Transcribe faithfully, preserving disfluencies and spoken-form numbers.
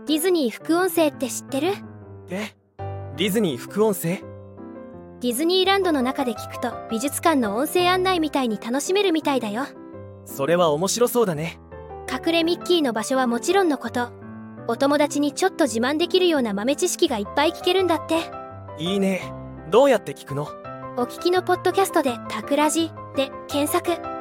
ディズニー副音声って知ってる？ え、ディズニー副音声？ ディズニーランドの中で聞くと美術館の音声案内みたいに楽しめるみたいだよ。 それは面白そうだね。 隠れミッキーの場所はもちろんのこと、お友達にちょっと自慢できるような豆知識がいっぱい聞けるんだって。 いいね。どうやって聞くの？ お聞きのポッドキャストでタクラジで検索。